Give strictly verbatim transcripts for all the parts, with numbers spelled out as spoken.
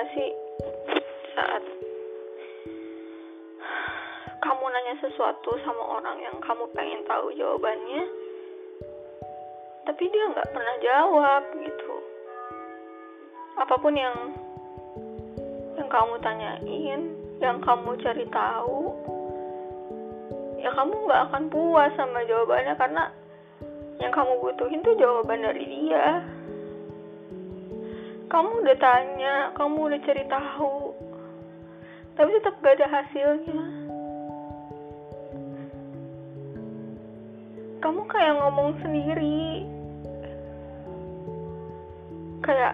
gak sih saat kamu nanya sesuatu sama orang yang kamu pengen tahu jawabannya, tapi dia gak pernah jawab gitu. Apapun yang yang kamu tanyain, yang kamu cari tahu, ya kamu gak akan puas sama jawabannya, karena yang kamu butuhin tuh jawaban dari dia. Kamu udah tanya, kamu udah cari tahu, tapi tetap gak ada hasilnya. Kamu kayak ngomong sendiri, kayak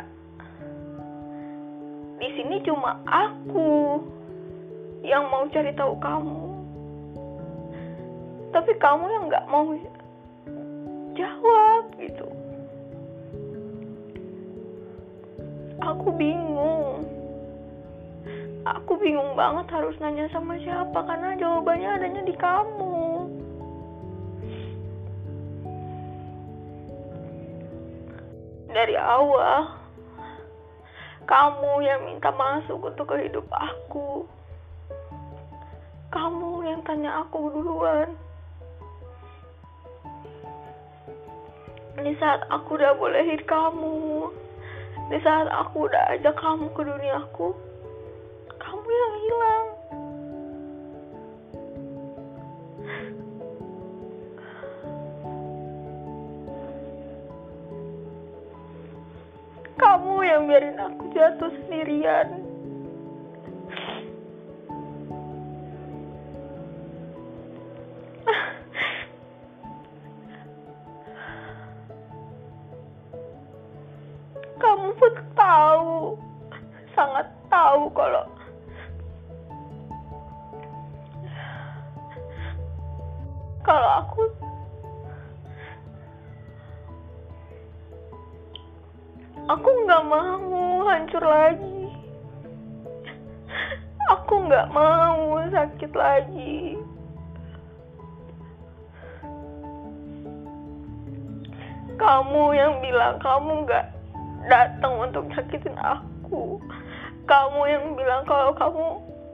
di sini cuma aku yang mau cari tahu kamu, tapi kamu yang nggak mau jawab gitu. Aku bingung, aku bingung banget harus nanya sama siapa, karena jawabannya adanya di kamu. Dari awal, kamu yang minta masuk untuk ke hidup aku. Kamu yang tanya aku duluan. Di saat aku udah bolehin kamu, di saat aku udah ajak kamu ke duniaku, kamu yang hilang. Kamu yang biarin aku jatuh sendirian. Kamu pun tahu, sangat tahu kalau kalau aku aku nggak mau hancur lagi. Aku nggak mau sakit lagi. Kamu yang bilang kamu nggak datang untuk nyakitin aku. Kamu yang bilang kalau kamu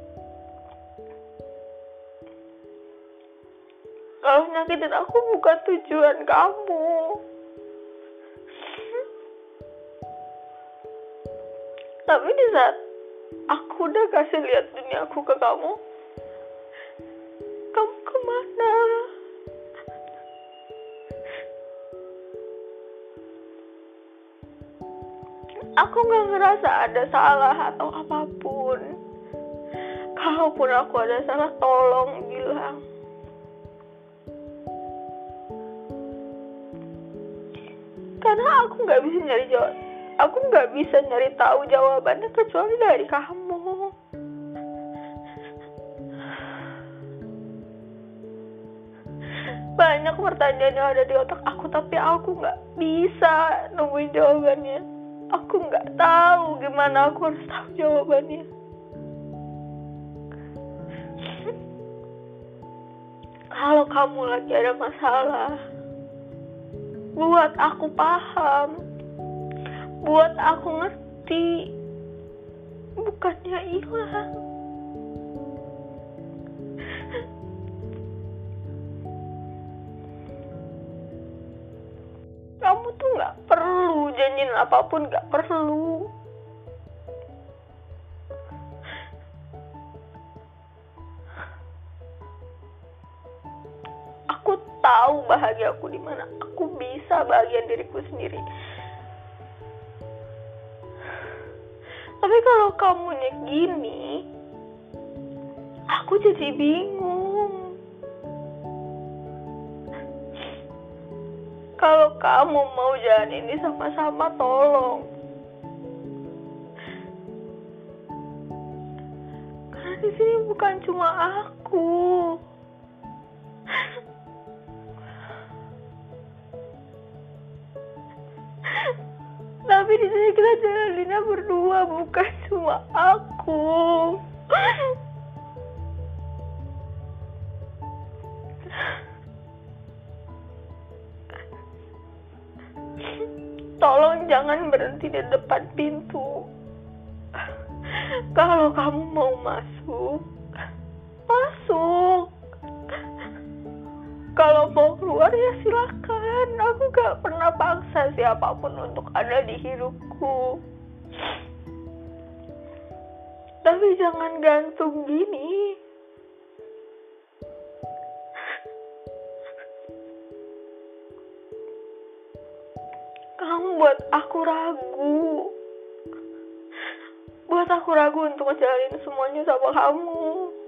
kalau nyakitin aku bukan tujuan kamu. Tapi di saat aku udah kasih lihat duniaku ke kamu, kamu kemana? Aku gak ngerasa ada salah atau apapun. Kalaupun aku ada salah, tolong bilang. Karena aku gak bisa nyari jawab. Aku gak bisa nyari tahu jawabannya kecuali dari kamu. Banyak pertanyaan yang ada di otak aku, tapi aku gak bisa nemuin jawabannya. Aku gak tahu gimana aku harus tahu jawabannya. Kalau kamu lagi ada masalah, buat aku paham, buat aku ngerti, bukannya hilang. Kamu tuh gak perlu janjiin apapun, gak perlu. Aku tahu bahagia aku di mana. Aku bisa bahagian diriku sendiri. Tapi kalau kamunya gini, aku jadi bingung. Kalau kamu mau jalan ini sama-sama, tolong. Karena di sini bukan cuma aku. Tapi di sini kita jalaninnya berdua, bukan cuma aku. Tolong jangan berhenti di depan pintu. Kalau kamu mau masuk, masuk. Kalau mau keluar ya silakan. Aku gak pernah paksa siapapun untuk ada di hidupku. Tapi jangan gantung gini. Kamu buat aku ragu. Buat aku ragu untuk ngejalanin semuanya sama kamu.